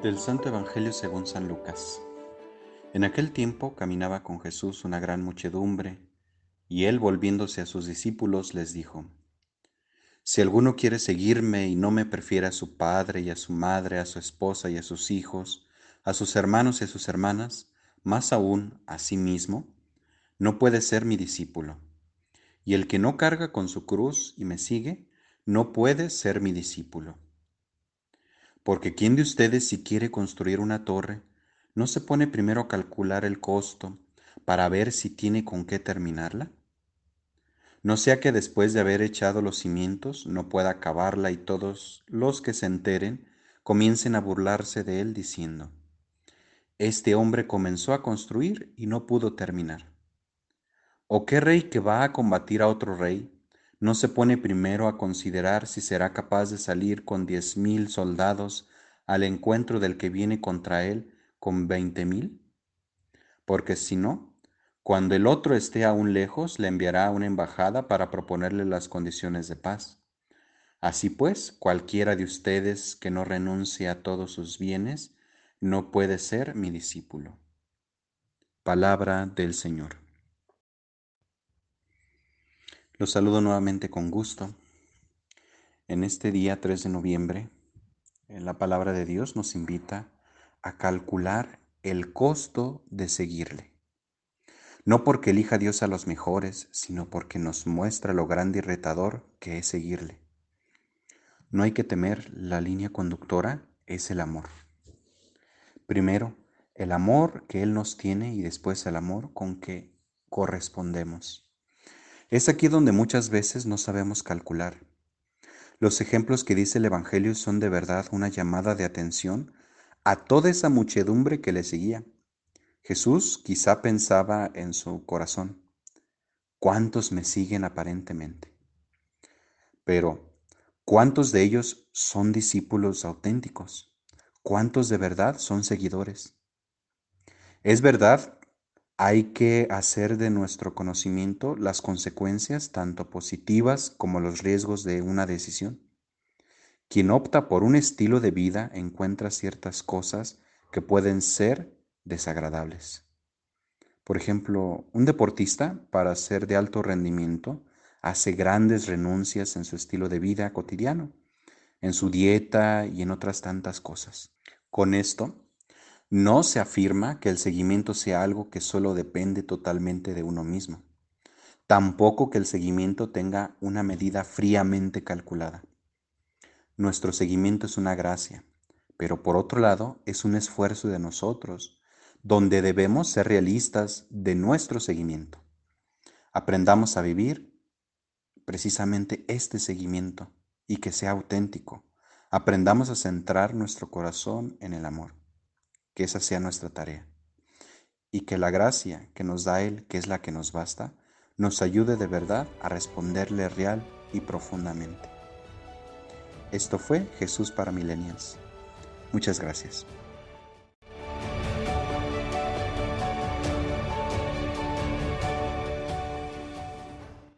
Del Santo Evangelio según San Lucas. En aquel tiempo caminaba con Jesús una gran muchedumbre, y él, volviéndose a sus discípulos, les dijo: Si alguno quiere seguirme y no me prefiere a su padre y a su madre, a su esposa y a sus hijos, a sus hermanos y a sus hermanas, más aún a sí mismo, no puede ser mi discípulo. Y el que no carga con su cruz y me sigue, no puede ser mi discípulo. Porque ¿quién de ustedes, si quiere construir una torre, no se pone primero a calcular el costo para ver si tiene con qué terminarla? No sea que después de haber echado los cimientos no pueda acabarla y todos los que se enteren comiencen a burlarse de él diciendo: Este hombre comenzó a construir y no pudo terminar. ¿O qué rey que va a combatir a otro rey no se pone primero a considerar si será capaz de salir con 10,000 soldados al encuentro del que viene contra él con 20,000? Porque si no, cuando el otro esté aún lejos, le enviará una embajada para proponerle las condiciones de paz. Así pues, cualquiera de ustedes que no renuncie a todos sus bienes, no puede ser mi discípulo. Palabra del Señor. Los saludo nuevamente con gusto. En este día 3 de noviembre, la palabra de Dios nos invita a calcular el costo de seguirle. No porque elija Dios a los mejores, sino porque nos muestra lo grande y retador que es seguirle. No hay que temer, la línea conductora es el amor. Primero, el amor que Él nos tiene y después el amor con que correspondemos. Es aquí donde muchas veces no sabemos calcular. Los ejemplos que dice el Evangelio son de verdad una llamada de atención a toda esa muchedumbre que le seguía. Jesús quizá pensaba en su corazón: ¿cuántos me siguen aparentemente? Pero, ¿cuántos de ellos son discípulos auténticos? ¿Cuántos de verdad son seguidores? Es verdad, hay que hacer de nuestro conocimiento las consecuencias tanto positivas como los riesgos de una decisión. Quien opta por un estilo de vida encuentra ciertas cosas que pueden ser desagradables. Por ejemplo, un deportista, para ser de alto rendimiento, hace grandes renuncias en su estilo de vida cotidiano, en su dieta y en otras tantas cosas. Con esto, no se afirma que el seguimiento sea algo que solo depende totalmente de uno mismo. Tampoco que el seguimiento tenga una medida fríamente calculada. Nuestro seguimiento es una gracia, pero por otro lado es un esfuerzo de nosotros, donde debemos ser realistas de nuestro seguimiento. Aprendamos a vivir precisamente este seguimiento y que sea auténtico. Aprendamos a centrar nuestro corazón en el amor, que esa sea nuestra tarea. Y que la gracia que nos da Él, que es la que nos basta, nos ayude de verdad a responderle real y profundamente. Esto fue Jesús para Millennials. Muchas gracias.